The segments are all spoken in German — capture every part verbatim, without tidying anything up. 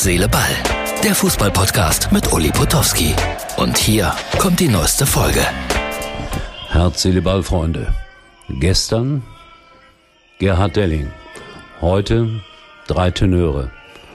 Seele, Ball. Der Fußball-Podcast mit Uli Potowski. Und hier kommt die neueste Folge. Herz, Seele, Ball, Freunde. Gestern Gerhard Delling. Heute drei Tenöre.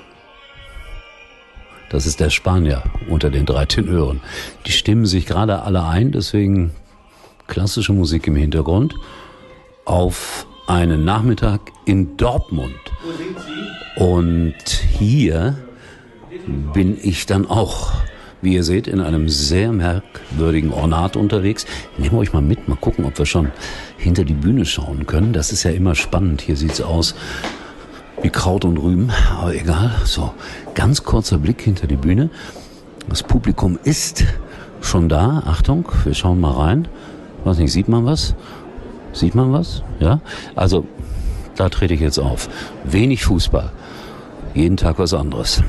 Das ist der Spanier unter den drei Tenören. Die stimmen sich gerade alle ein, deswegen klassische Musik im Hintergrund, auf einen Nachmittag in Dortmund. Wo sind Sie? Und hier bin ich dann auch, wie ihr seht, in einem sehr merkwürdigen Ornat unterwegs. Nehmen wir euch mal mit, mal gucken, ob wir schon hinter die Bühne schauen können. Das ist ja immer spannend. Hier sieht's aus wie Kraut und Rüben, aber egal. So, ganz kurzer Blick hinter die Bühne. Das Publikum ist schon da. Achtung, wir schauen mal rein. Weiß nicht, sieht man was? Sieht man was? Ja? Also, da trete ich jetzt auf. Wenig Fußball. Jeden Tag was anderes.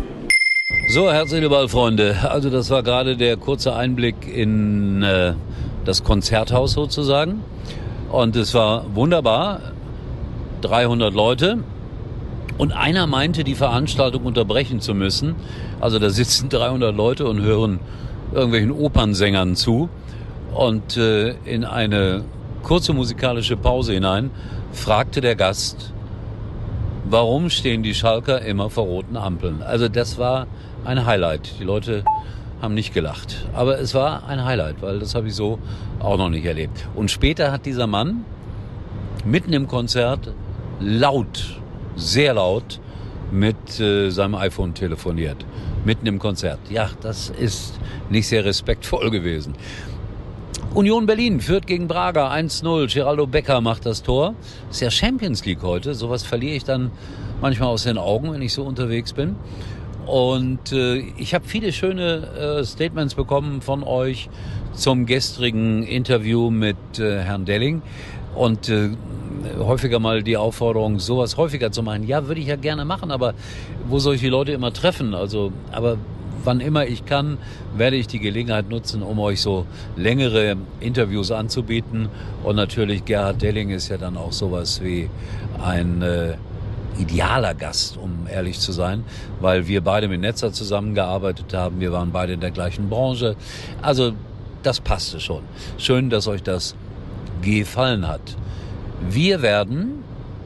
So, Herz, Seele, Ball, Freunde. Also, das war gerade der kurze Einblick in äh, das Konzerthaus sozusagen. Und es war wunderbar. dreihundert Leute. Und einer meinte, die Veranstaltung unterbrechen zu müssen. Also da sitzen dreihundert Leute und hören irgendwelchen Opernsängern zu. Und äh, in eine kurze musikalische Pause hinein fragte der Gast, warum stehen die Schalker immer vor roten Ampeln? Also das war ein Highlight. Die Leute haben nicht gelacht. Aber es war ein Highlight, weil das habe ich so auch noch nicht erlebt. Und später hat dieser Mann mitten im Konzert laut, sehr laut mit äh, seinem iPhone telefoniert. Mitten im Konzert. Ja, das ist nicht sehr respektvoll gewesen. Union Berlin führt gegen Braga eins null. Geraldo Becker macht das Tor. Ist ja Champions League heute. Sowas verliere ich dann manchmal aus den Augen, wenn ich so unterwegs bin. Und äh, ich habe viele schöne äh, Statements bekommen von euch zum gestrigen Interview mit äh, Herrn Delling. Und äh, häufiger mal die Aufforderung, sowas häufiger zu machen. Ja, würde ich ja gerne machen, aber wo soll ich die Leute immer treffen? Also, aber wann immer ich kann, werde ich die Gelegenheit nutzen, um euch so längere Interviews anzubieten. Und natürlich Gerhard Delling ist ja dann auch sowas wie ein äh, idealer Gast, um ehrlich zu sein, weil wir beide mit Netzer zusammengearbeitet haben. Wir waren beide in der gleichen Branche. Also, das passte schon. Schön, dass euch das gefallen hat. Wir werden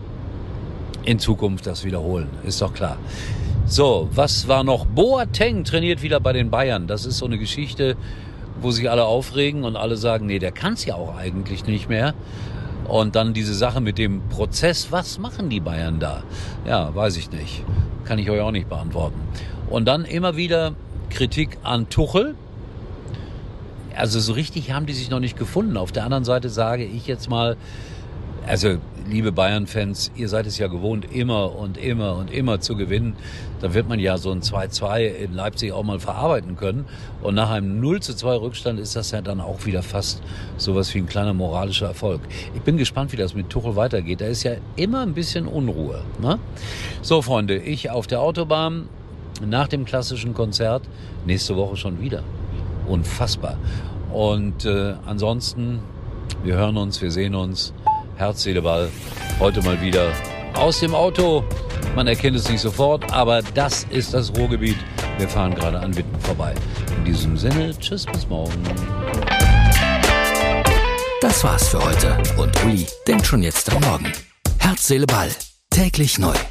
in Zukunft das wiederholen, ist doch klar. So, was war noch? Boateng trainiert wieder bei den Bayern. Das ist so eine Geschichte, wo sich alle aufregen und alle sagen, nee, der kann's ja auch eigentlich nicht mehr. Und dann diese Sache mit dem Prozess, was machen die Bayern da? Ja, weiß ich nicht. Kann ich euch auch nicht beantworten. Und dann immer wieder Kritik an Tuchel. Also so richtig haben die sich noch nicht gefunden. Auf der anderen Seite sage ich jetzt mal, also liebe Bayern-Fans, ihr seid es ja gewohnt, immer und immer und immer zu gewinnen. Da wird man ja so ein zwei zwei in Leipzig auch mal verarbeiten können. Und nach einem null zu zwei Rückstand ist das ja dann auch wieder fast sowas wie ein kleiner moralischer Erfolg. Ich bin gespannt, wie das mit Tuchel weitergeht. Da ist ja immer ein bisschen Unruhe, ne? So, Freunde, ich auf der Autobahn nach dem klassischen Konzert. Nächste Woche schon wieder. Unfassbar. Und äh, ansonsten, wir hören uns, wir sehen uns. Herz, Seele, Ball. Heute mal wieder aus dem Auto. Man erkennt es nicht sofort, aber das ist das Ruhrgebiet. Wir fahren gerade an Witten vorbei. In diesem Sinne, tschüss, bis morgen. Das war's für heute. Und Uli denkt schon jetzt am Morgen. Herz, Seele, Ball. Täglich neu.